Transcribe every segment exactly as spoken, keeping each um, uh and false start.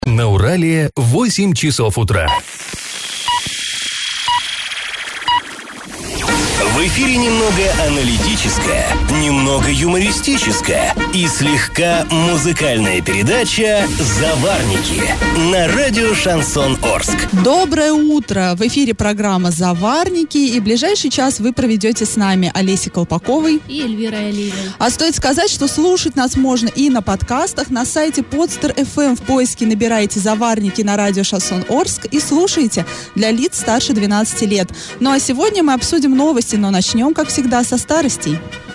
На Урале восемь часов утра. В эфире немного аналитическая, немного юмористическая и слегка музыкальная передача «Заварники» на радио «Шансон Орск». Доброе утро! В эфире программа «Заварники», и ближайший час вы проведете с нами Олесей Колпаковой и Эльвирой Алиевой. А стоит сказать, что слушать нас можно и на подкастах, на сайте Podster эф эм. В поиске набираете «Заварники» на радио «Шансон Орск» и слушайте для лиц старше двенадцати лет. Ну а сегодня мы обсудим новости, но начнем, как всегда, со старостей.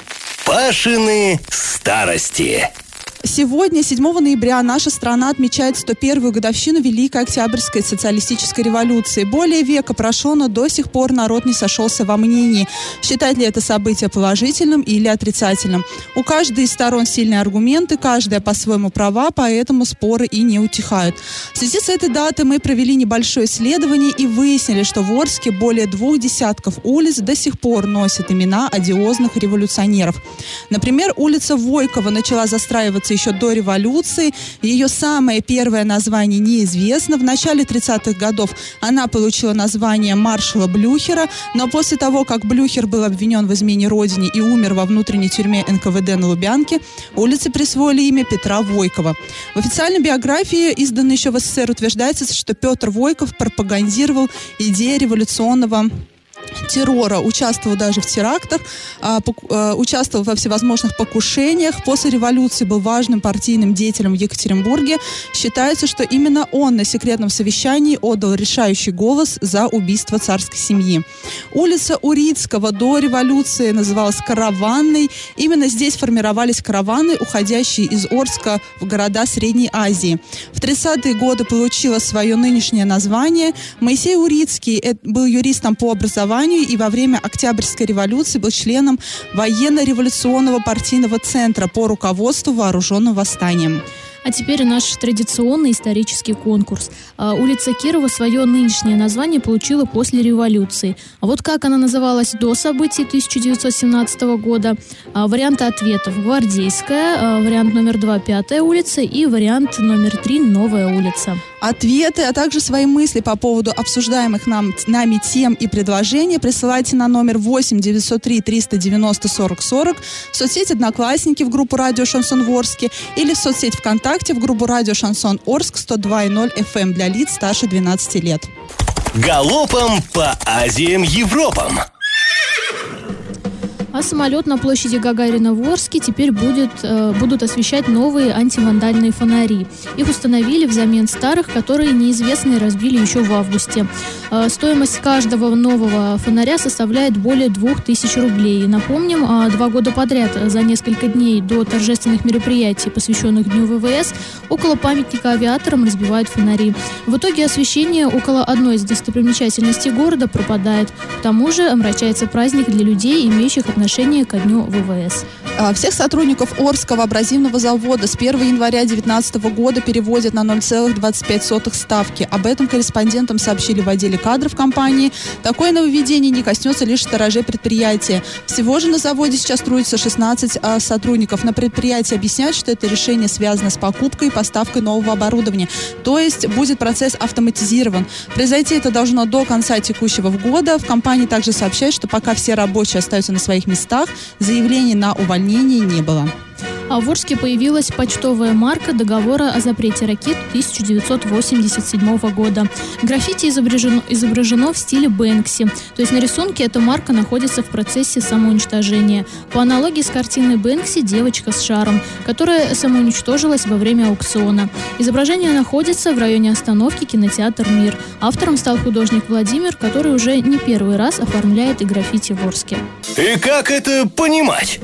Пашины старости. Сегодня, седьмого ноября, наша страна отмечает сто первую годовщину Великой Октябрьской социалистической революции. Более века прошло, но до сих пор народ не сошелся во мнении, считать ли это событие положительным или отрицательным. У каждой из сторон сильные аргументы, каждая по-своему права, поэтому споры и не утихают. В связи с этой датой мы провели небольшое исследование и выяснили, что в Орске более двух десятков улиц до сих пор носят имена одиозных революционеров. Например, улица Войкова начала застраиваться еще до революции. Ее самое первое название неизвестно. В начале тридцатых годов она получила название маршала Блюхера, но после того, как Блюхер был обвинен в измене родине и умер во внутренней тюрьме эн ка вэ дэ на Лубянке, улице присвоили имя Петра Войкова. В официальной биографии, изданной еще в эс эс эс эр, утверждается, что Петр Войков пропагандировал идеи революционного террора, участвовал даже в терактах, а, поку, а, участвовал во всевозможных покушениях. После революции был важным партийным деятелем в Екатеринбурге. Считается, что именно он на секретном совещании отдал решающий голос за убийство царской семьи. Улица Урицкого до революции называлась Караванной. Именно здесь формировались караваны, уходящие из Орска в города Средней Азии. В тридцатые годы получила свое нынешнее название. Моисей Урицкий был юристом по образованию и во время Октябрьской революции был членом военно-революционного партийного центра по руководству вооруженным восстанием. А теперь наш традиционный исторический конкурс. А, улица Кирова свое нынешнее название получила после революции. А вот как она называлась до событий тысяча девятьсот семнадцатого года? А, варианты ответов: Гвардейская, а, вариант номер два — Пятая улица и вариант номер три — Новая улица. Ответы, а также свои мысли по поводу обсуждаемых нам, нами тем и предложений присылайте на номер восемь девятьсот три триста девяносто сорок сорок в соцсеть «Одноклассники» в группу «Радио Шансон в Орске» или в соцсеть ВКонтакте в группу «Радио Шансон Орск» сто два и ноль эф эм для лиц старше двенадцати лет. Галопом по Азиям Европам. А самолет на площади Гагарина в Орске теперь будет, э, будут освещать новые антивандальные фонари. Их установили взамен старых, которые неизвестные разбили еще в августе. Э, стоимость каждого нового фонаря составляет более двух тысяч рублей. И напомним, э, два года подряд за несколько дней до торжественных мероприятий, посвященных Дню вэ вэ эс, около памятника авиаторам разбивают фонари. В итоге освещение около одной из достопримечательностей города пропадает. К тому же омрачается праздник для людей, имеющих отношение ко дню вэ вэ эс. Всех сотрудников Орского абразивного завода с первого января две тысячи девятнадцатого года переводят на ноль целых двадцать пять сотых ставки. Об этом корреспондентам сообщили в отделе кадров компании. Такое нововведение не коснется лишь сторожей предприятия. Всего же на заводе сейчас трудится шестнадцать а, сотрудников. На предприятии объясняют, что это решение связано с покупкой и поставкой нового оборудования. То есть будет процесс автоматизирован. Произойти это должно до конца текущего года. В компании также сообщают, что пока все рабочие остаются на своих местах, заявлений на увольнение не было. А в Орске появилась почтовая марка договора о запрете ракет тысяча девятьсот восемьдесят седьмого года. Граффити изображено, изображено в стиле Бэнкси. То есть на рисунке эта марка находится в процессе самоуничтожения. По аналогии с картиной Бэнкси «Девочка с шаром», которая самоуничтожилась во время аукциона. Изображение находится в районе остановки кинотеатр «Мир». Автором стал художник Владимир, который уже не первый раз оформляет и граффити в Орске. И как это понимать?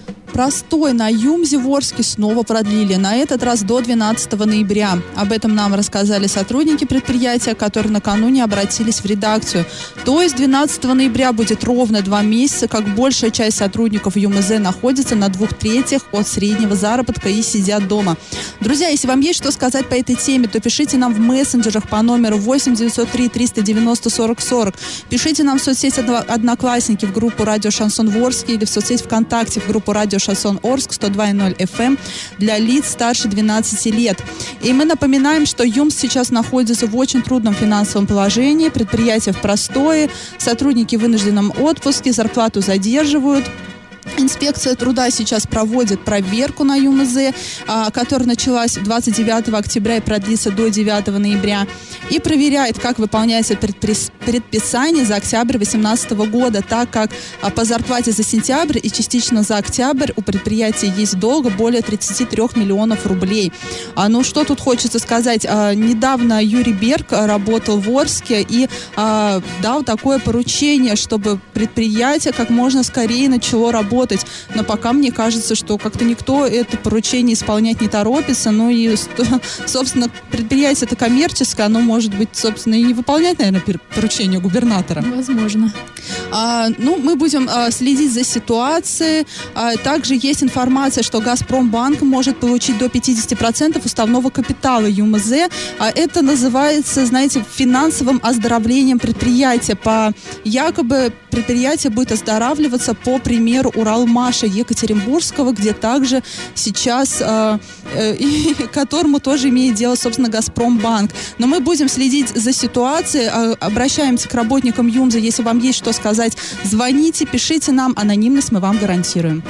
Простой на ЮМЗе в Орске снова продлили, на этот раз до двенадцатого ноября. Об этом нам рассказали сотрудники предприятия, которые накануне обратились в редакцию. То есть двенадцатого ноября будет ровно два месяца, как большая часть сотрудников ЮМЗ находится на двух третьих от среднего заработка и сидят дома. Друзья, если вам есть что сказать по этой теме, то пишите нам в мессенджерах по номеру восемь девятьсот три триста девяносто сорок сорок. Пишите нам в соцсеть «Одноклассники» в группу «Радио Шансон в Орске» или в соцсеть ВКонтакте в группу «Радио Шансон Орск, сто два и ноль эф эм для лиц старше двенадцати лет. И мы напоминаем, что ЮМС сейчас находится в очень трудном финансовом положении, предприятие в простое, сотрудники в вынужденном отпуске, зарплату задерживают. Инспекция труда сейчас проводит проверку на ЮМЗ, которая началась двадцать девятого октября и продлится до девятого ноября, и проверяет, как выполняется предписание за октябрь две тысячи восемнадцатого года, так как по зарплате за сентябрь и частично за октябрь у предприятия есть долг более тридцати трёх миллионов рублей. А, ну, что тут хочется сказать? А, недавно Юрий Берг работал в Орске и а, дал такое поручение, чтобы предприятие как можно скорее начало работать. Но пока мне кажется, что как-то никто это поручение исполнять не торопится. Ну и, собственно, предприятие это коммерческое, оно может быть, собственно, и не выполнять, наверное, поручение губернатора. Возможно. А, ну, мы будем а, следить за ситуацией. А, также есть информация, что Газпромбанк может получить до пятидесяти процентов уставного капитала ЮМЗ. А это называется, знаете, финансовым оздоровлением предприятия. По якобы предприятие будет оздоравливаться по примеру Уралмаша Екатеринбургского, где также сейчас, э, э, и, к которому тоже имеет дело, собственно, Газпромбанк. Но мы будем следить за ситуацией, э, обращаемся к работникам ЮМЗа, если вам есть что сказать, звоните, пишите нам, анонимность мы вам гарантируем.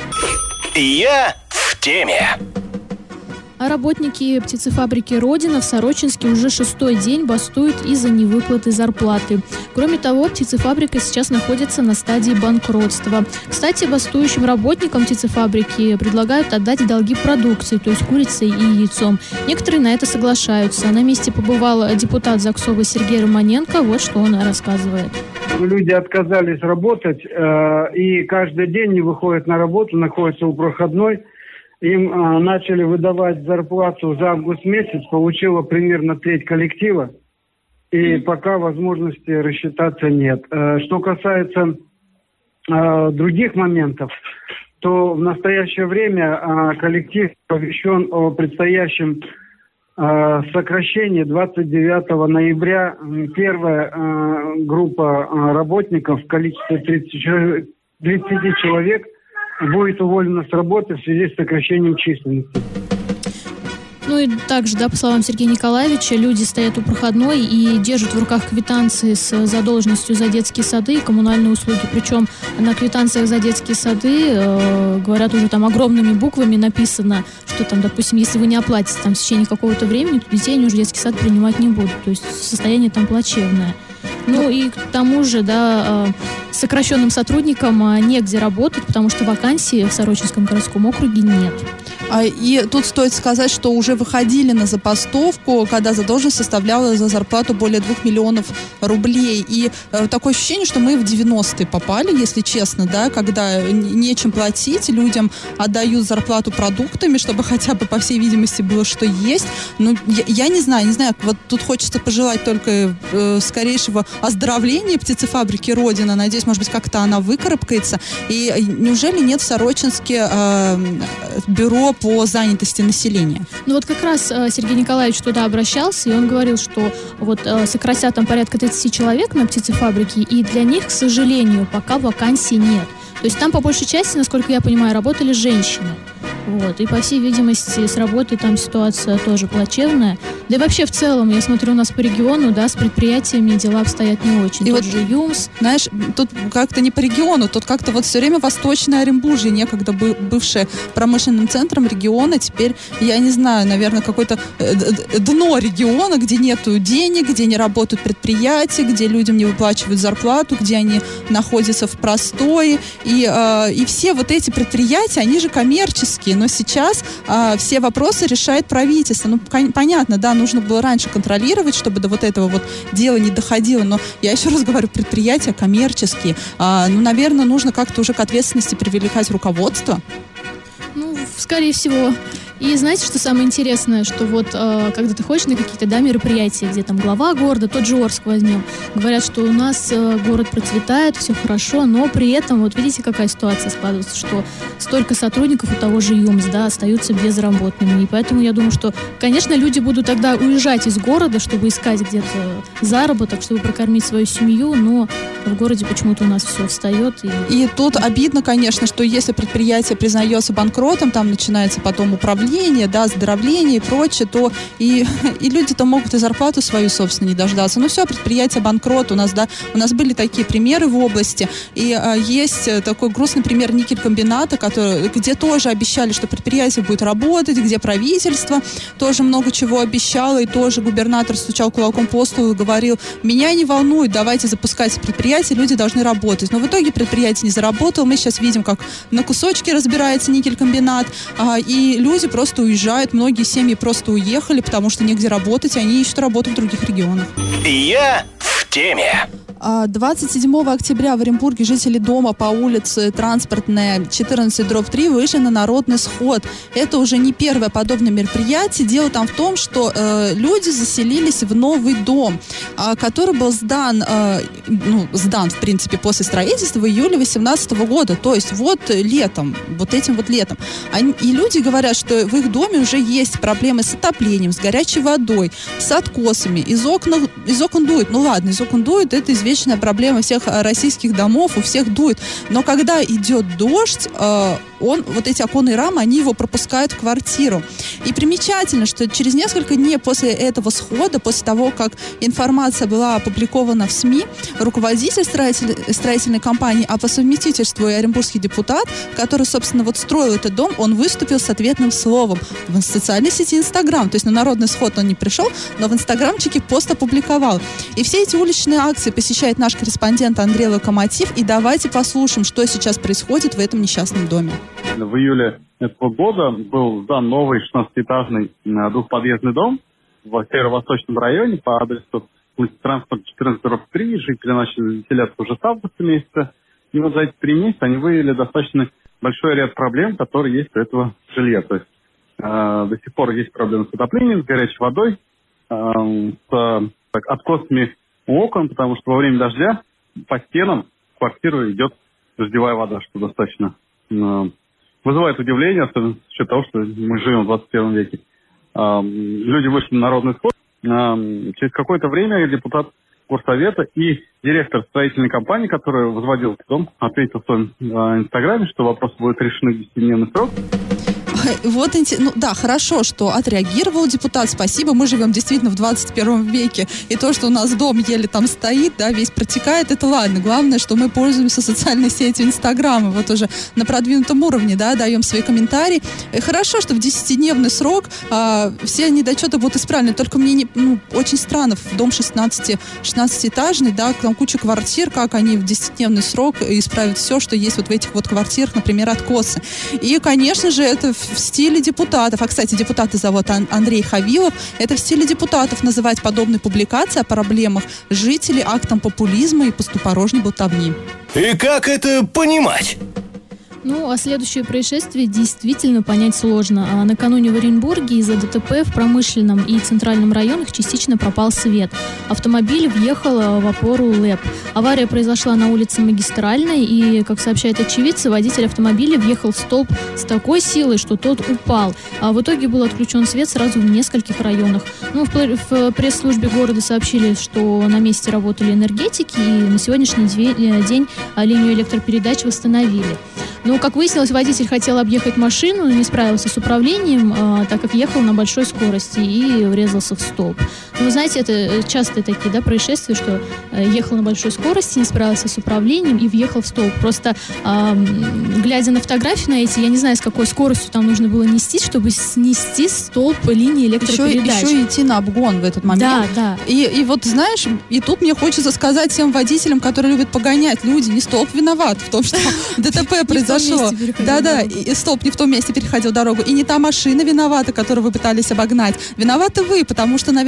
Я в теме. А работники птицефабрики «Родина» в Сорочинске уже шестой день бастуют из-за невыплаты зарплаты. Кроме того, птицефабрика сейчас находится на стадии банкротства. Кстати, бастующим работникам птицефабрики предлагают отдать долги продукции, то есть курицей и яйцом. Некоторые на это соглашаются. На месте побывал депутат Заксова Сергей Романенко. Вот что он рассказывает. Люди отказались работать э, и каждый день не выходят на работу, находятся у проходной. Им а, начали выдавать зарплату за август месяц, получила примерно треть коллектива, и пока возможности рассчитаться нет. А, что касается а, других моментов, то в настоящее время а, коллектив оповещен о предстоящем а, сокращении двадцать девятого ноября. Первая а, группа а, работников в количестве тридцати человек будет уволена с работы в связи с сокращением численности. Ну и также, да, по словам Сергея Николаевича, люди стоят у проходной и держат в руках квитанции с задолженностью за детские сады и коммунальные услуги. Причем на квитанциях за детские сады, э, говорят, уже там огромными буквами написано, что там, допустим, если вы не оплатите там в течение какого-то времени, то детей они уже в детский сад принимать не будут. То есть состояние там плачевное. Ну и к тому же, да, сокращенным сотрудникам негде работать, потому что вакансий в Сорочинском городском округе нет. И тут стоит сказать, что уже выходили на забастовку, когда задолженность составляла за зарплату более двух миллионов рублей. И э, такое ощущение, что мы в девяностые попали, если честно, да, когда нечем платить, людям отдают зарплату продуктами, чтобы хотя бы, по всей видимости, было что есть. Ну, я, я не знаю, не знаю, вот тут хочется пожелать только э, скорейшего оздоровления птицефабрики «Родина». Надеюсь, может быть, как-то она выкарабкается. И неужели нет в Сорочинске э, бюро по занятости населения? Ну вот как раз э, Сергей Николаевич туда обращался, и он говорил, что вот э, сократят там порядка тридцати человек на птицефабрике, и для них, к сожалению, пока вакансий нет. То есть там, по большей части, насколько я понимаю, работали женщины. Вот. И, по всей видимости, с работой там ситуация тоже плачевная. Да и вообще, в целом, я смотрю, у нас по региону, да, с предприятиями дела обстоят не очень. И Тот вот же ЮМС. Знаешь, тут как-то не по региону, тут как-то вот все время Восточное Оренбуржье, некогда бывшее промышленным центром региона, теперь, я не знаю, наверное, какое-то дно региона, где нету денег, где не работают предприятия, где людям не выплачивают зарплату, где они находятся в простое. И, э, и все вот эти предприятия, они же коммерческие, но сейчас э, все вопросы решает правительство. Ну, кон- понятно, да, нужно было раньше контролировать, чтобы до вот этого вот дела не доходило, но я еще раз говорю, предприятия коммерческие. Э, ну, наверное, нужно как-то уже к ответственности привлекать руководство. Ну, скорее всего. И знаете, что самое интересное, что вот э, когда ты ходишь на какие-то, да, мероприятия, где там глава города, тот же Орск возьмем, говорят, что у нас э, город процветает, все хорошо, но при этом, вот видите, какая ситуация складывается, что столько сотрудников у того же ЮМС, да, остаются безработными. И поэтому я думаю, что, конечно, люди будут тогда уезжать из города, чтобы искать где-то заработок, чтобы прокормить свою семью, но в городе почему-то у нас все встает. И, и тут обидно, конечно, что если предприятие признается банкротом, там начинается потом управление, да, оздоровление и прочее, то и, и люди-то могут и зарплату свою, собственно, не дождаться. Ну все, предприятие банкрот у нас, да, у нас были такие примеры в области, и а, есть такой грустный пример никелькомбината, который, где тоже обещали, что предприятие будет работать, где правительство тоже много чего обещало, и тоже губернатор стучал кулаком по столу и говорил: меня не волнует, давайте запускать предприятие, люди должны работать. Но в итоге предприятие не заработало, мы сейчас видим, как на кусочки разбирается никелькомбинат, а, и люди просто просто уезжают, многие семьи просто уехали, потому что негде работать, и они ищут работу в других регионах. Я в теме. двадцать седьмого октября в Оренбурге жители дома по улице Транспортная, четырнадцать дробь три, вышли на народный сход. Это уже не первое подобное мероприятие. Дело там в том, что э, люди заселились в новый дом, э, который был сдан, э, ну, сдан, в принципе, после строительства в июле две тысячи восемнадцатого года. То есть вот летом, вот этим вот летом. Они, и люди говорят, что в их доме уже есть проблемы с отоплением, с горячей водой, с откосами, из окон, из окон дует. Ну ладно, из окон дует, это известно. Вечная проблема всех российских домов, у всех дует. Но когда идет дождь, э, он, вот эти оконные рамы, они его пропускают в квартиру. И примечательно, что через несколько дней после этого схода, после того, как информация была опубликована в СМИ, руководитель строитель, строительной компании, а по совместительству и оренбургский депутат, который, собственно, вот строил этот дом, он выступил с ответным словом в социальной сети Инстаграм. То есть на народный сход он не пришел, но в Инстаграмчике пост опубликовал. И все эти уличные акции посещают наш корреспондент Андрей Локомотив. И давайте послушаем, что сейчас происходит в этом несчастном доме. В июле этого года был сдан новый шестнадцатиэтажный двухподъездный дом в северо-восточном районе по адресу улица Транспорт четырнадцать дробь три. Жители начали заселяться уже с августа месяца. И вот за эти три месяца они выявили достаточно большой ряд проблем, которые есть у этого жилья. То есть э, до сих пор есть проблемы с отоплением, с горячей водой, э, с так, откосами у окон, потому что во время дождя по стенам в квартиру идет дождевая вода, что достаточно э, вызывает удивление, особенно с учетом того, что мы живем в двадцать первом веке. Э, люди вышли на народный сход. Э, через какое-то время депутат горсовета и директор строительной компании, которая возводила этот дом, ответил в своем э, инстаграме, что вопрос будет решен в десятидневный срок. Вот, ну да, хорошо, что отреагировал депутат, спасибо, мы живем действительно в двадцать первом веке, и то, что у нас дом еле там стоит, да, весь протекает, это ладно, главное, что мы пользуемся социальной сетью Инстаграм, и вот уже на продвинутом уровне, да, даем свои комментарии, и хорошо, что в десятидневный срок а, все недочеты будут исправлены, только мне не, ну, очень странно, в дом шестнадцатиэтажный, да, там куча квартир, как они в десятидневный срок исправят все, что есть вот в этих вот квартирах, например, откосы, и, конечно же, это в стиле депутатов. А, кстати, депутата зовут Андрей Хавилов. Это в стиле депутатов называть подобные публикации о проблемах жителей актом популизма и пустопорожней болтовни. И как это понимать? Ну, а следующее происшествие действительно понять сложно. А накануне в Оренбурге из-за ДТП в промышленном и центральном районах частично пропал свет. Автомобиль въехал в опору ЛЭП. Авария произошла на улице Магистральной, и, как сообщает очевидцы, водитель автомобиля въехал в столб с такой силой, что тот упал. А в итоге был отключен свет сразу в нескольких районах. Ну, в, в пресс-службе города сообщили, что на месте работали энергетики, и на сегодняшний день линию электропередач восстановили. Но, как выяснилось, водитель хотел объехать машину, не справился с управлением, э, так как ехал на большой скорости и врезался в столб. Ну, вы знаете, это частые такие, да, происшествия, что э, ехал на большой скорости, не справился с управлением и въехал в столб. Просто, э, глядя на фотографии на эти, я не знаю, с какой скоростью там нужно было нестись, чтобы снести столб линии электропередач. Еще, еще идти на обгон в этот момент. Да, да. И, и вот, знаешь, и тут мне хочется сказать всем водителям, которые любят погонять, люди, не столб виноват в том, что ДТП произошло. Да-да, и столб не в том месте переходил дорогу. И не та машина виновата, которую вы пытались обогнать. Виноваты вы, потому что, наверное, надо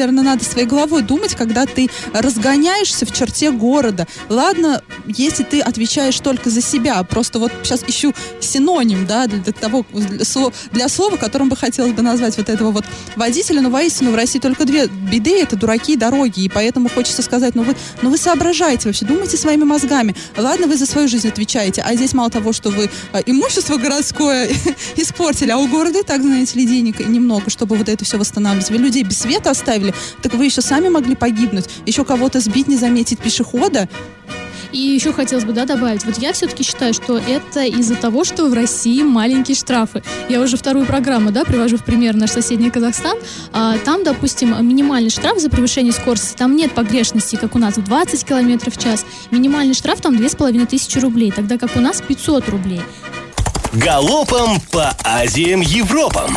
надо своей головой думать, когда ты разгоняешься в черте города. Ладно, если ты отвечаешь только за себя, просто вот сейчас ищу синоним, да, для того, для слова, которым бы хотелось бы назвать вот этого вот водителя, но воистину в России только две беды, это дураки и дороги, и поэтому хочется сказать, ну вы, ну вы соображаете вообще, думайте своими мозгами. Ладно, вы за свою жизнь отвечаете, а здесь мало того, что вы а, имущество городское испортили, а у города и так, знаете ли, денег немного, чтобы вот это все восстанавливать. Вы людей без света оставили, так вы еще сами могли погибнуть, еще кого-то сбить, не заметить пешехода. И еще хотелось бы, да, добавить, вот я все-таки считаю, что это из-за того, что в России маленькие штрафы. Я уже вторую программу, да, привожу в пример наш соседний Казахстан. А, там, допустим, минимальный штраф за превышение скорости, там нет погрешности, как у нас, в двадцать километров в час. Минимальный штраф там две с половиной тысячи рублей, тогда как у нас пятьсот рублей. Галопом по Азиям Европам.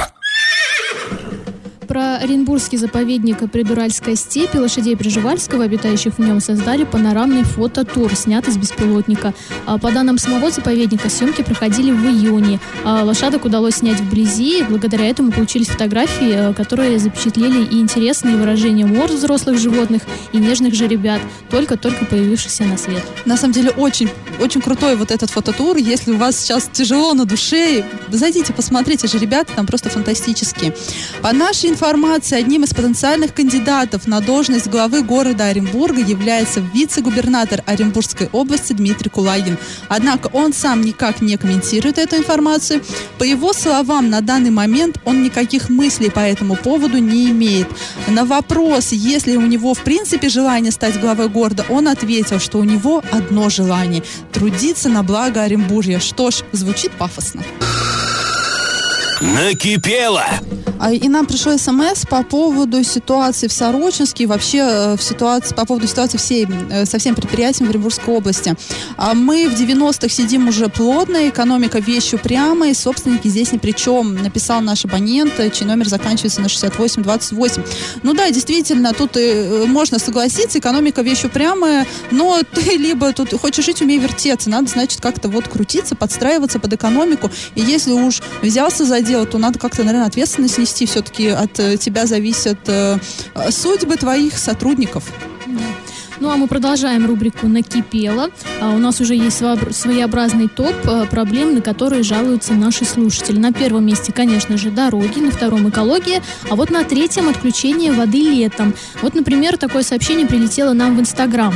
Про Оренбургский заповедник Придуральская степь и лошадей Пржевальского, обитающих в нем, создали панорамный фототур, снятый с беспилотника. По данным самого заповедника, съемки проходили в июне. Лошадок удалось снять вблизи, и благодаря этому получились фотографии, которые запечатлели и интересные выражения морд взрослых животных, и нежных же ребят, только-только появившихся на свет. На самом деле очень, очень крутой вот этот фототур. Если у вас сейчас тяжело на душе, зайдите, посмотрите же, ребята там просто фантастические. По нашей информации, одним из потенциальных кандидатов на должность главы города Оренбурга является вице-губернатор Оренбургской области Дмитрий Кулагин. Однако он сам никак не комментирует эту информацию. По его словам, на данный момент он никаких мыслей по этому поводу не имеет. На вопрос, есть ли у него в принципе желание стать главой города, он ответил, что у него одно желание – трудиться на благо Оренбуржья. Что ж, звучит пафосно. Накипело! И нам пришло смс по поводу ситуации в Сорочинске и вообще в ситуации, по поводу ситуации всей, со всеми предприятиями в Оренбургской области. Мы в девяностых сидим уже плотно, экономика вещь упрямая, и собственники здесь ни при чем, написал наш абонент, чей номер заканчивается на шестьдесят восемь двадцать восемь. Ну да, действительно, тут и можно согласиться, экономика вещь упрямая, но ты либо тут хочешь жить, умей вертеться, надо, значит, как-то вот крутиться, подстраиваться под экономику, и если уж взялся за дело, то надо как-то, наверное, ответственность нести. Все-таки от тебя зависят э, судьбы твоих сотрудников. Ну, а мы продолжаем рубрику «Накипело». А у нас уже есть своеобразный топ проблем, на которые жалуются наши слушатели. На первом месте, конечно же, дороги, на втором – экология, а вот на третьем – отключение воды летом. Вот, например, такое сообщение прилетело нам в Инстаграм.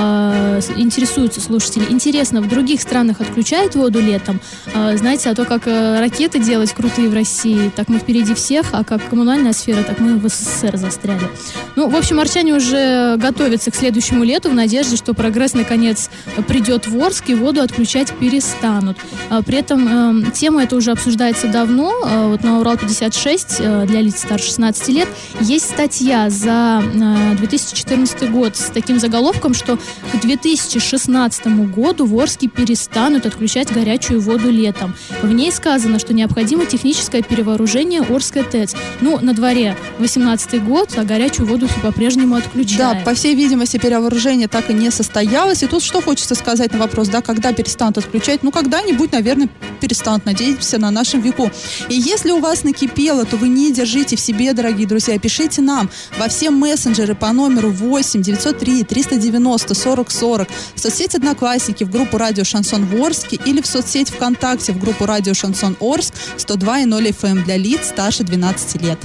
А, интересуются слушатели. Интересно, в других странах отключают воду летом? А, знаете, а то, как ракеты делать крутые в России, так мы впереди всех, а как коммунальная сфера, так мы в СССР застряли. Ну, в общем, арчане уже готовятся к следующему лету в надежде, что прогресс наконец придет в Орск и воду отключать перестанут. При этом э, тема эта уже обсуждается давно. Э, вот на Урал пятьдесят шесть э, для лиц старше шестнадцати лет есть статья за э, две тысячи четырнадцатый год с таким заголовком, что к две тысячи шестнадцатому году в Орске перестанут отключать горячую воду летом. В ней сказано, что необходимо техническое перевооружение Орской ТЭЦ. Ну, на дворе восемнадцатый год, а горячую воду все по-прежнему отключают. Да, по всей видимости, перевооружение так и не состоялось. И тут что хочется сказать на вопрос, да, когда перестанут отключать? Ну, когда-нибудь, наверное, перестанут. Надеемся на нашем веку. И если у вас накипело, то вы не держите в себе, дорогие друзья. Пишите нам во все мессенджеры по номеру восемь девятьсот три триста девяносто сорок сорок, в соцсеть Одноклассники, в группу Радио Шансон в Орске или в соцсеть ВКонтакте в группу Радио Шансон Орск сто два и ноль эф эм для лиц старше двенадцати лет.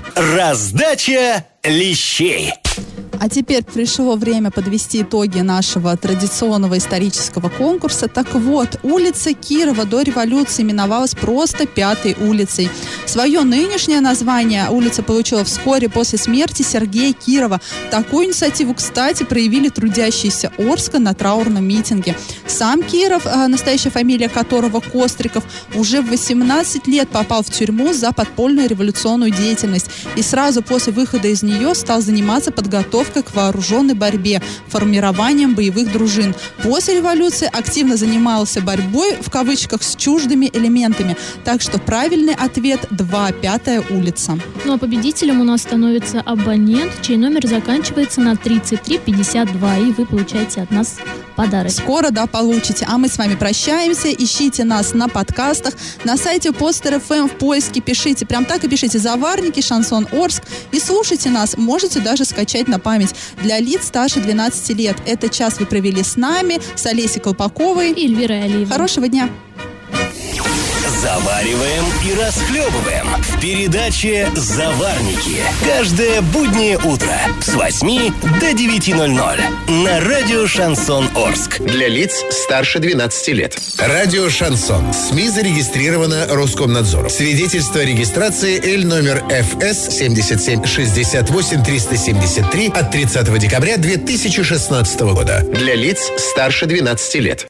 Раздача лещей. А теперь пришло время подвести итоги нашего традиционного исторического конкурса. Так вот, улица Кирова до революции именовалась просто Пятой улицей. Свое нынешнее название улица получила вскоре после смерти Сергея Кирова. Такую инициативу, кстати, проявили трудящиеся Орска на траурном митинге. Сам Киров, настоящая фамилия которого Костриков, уже в восемнадцать лет попал в тюрьму за подпольную революционную деятельность. И сразу после выхода из нее стал заниматься подготовкой к вооруженной борьбе, формированием боевых дружин. После революции активно занимался борьбой, в кавычках, с чуждыми элементами. Так что правильный ответ – два, Пятая улица. Ну а победителем у нас становится абонент, чей номер заканчивается на тридцать три пятьдесят два, и вы получаете от нас подарок. Скоро, да, получите. А мы с вами прощаемся. Ищите нас на подкастах, на сайте Постер эф эм в поиске пишите, прям так и пишите «Заварники», «Шансон Орск» и слушайте нас. Можете даже скачать на память. память для лиц старше двенадцати лет. Этот час вы провели с нами, с Олесей Колпаковой и Эльвирой Алиевой. Хорошего дня! Завариваем и расхлебываем в передаче «Заварники». Каждое буднее утро с восьми до девяти ноль-ноль на радио «Шансон Орск». Для лиц старше двенадцати лет. Радио «Шансон». СМИ зарегистрировано Роскомнадзором. Свидетельство о регистрации Л номер Ф С семьдесят семь шестьдесят восемь триста семьдесят три от тридцатого декабря две тысячи шестнадцатого года. Для лиц старше двенадцати лет.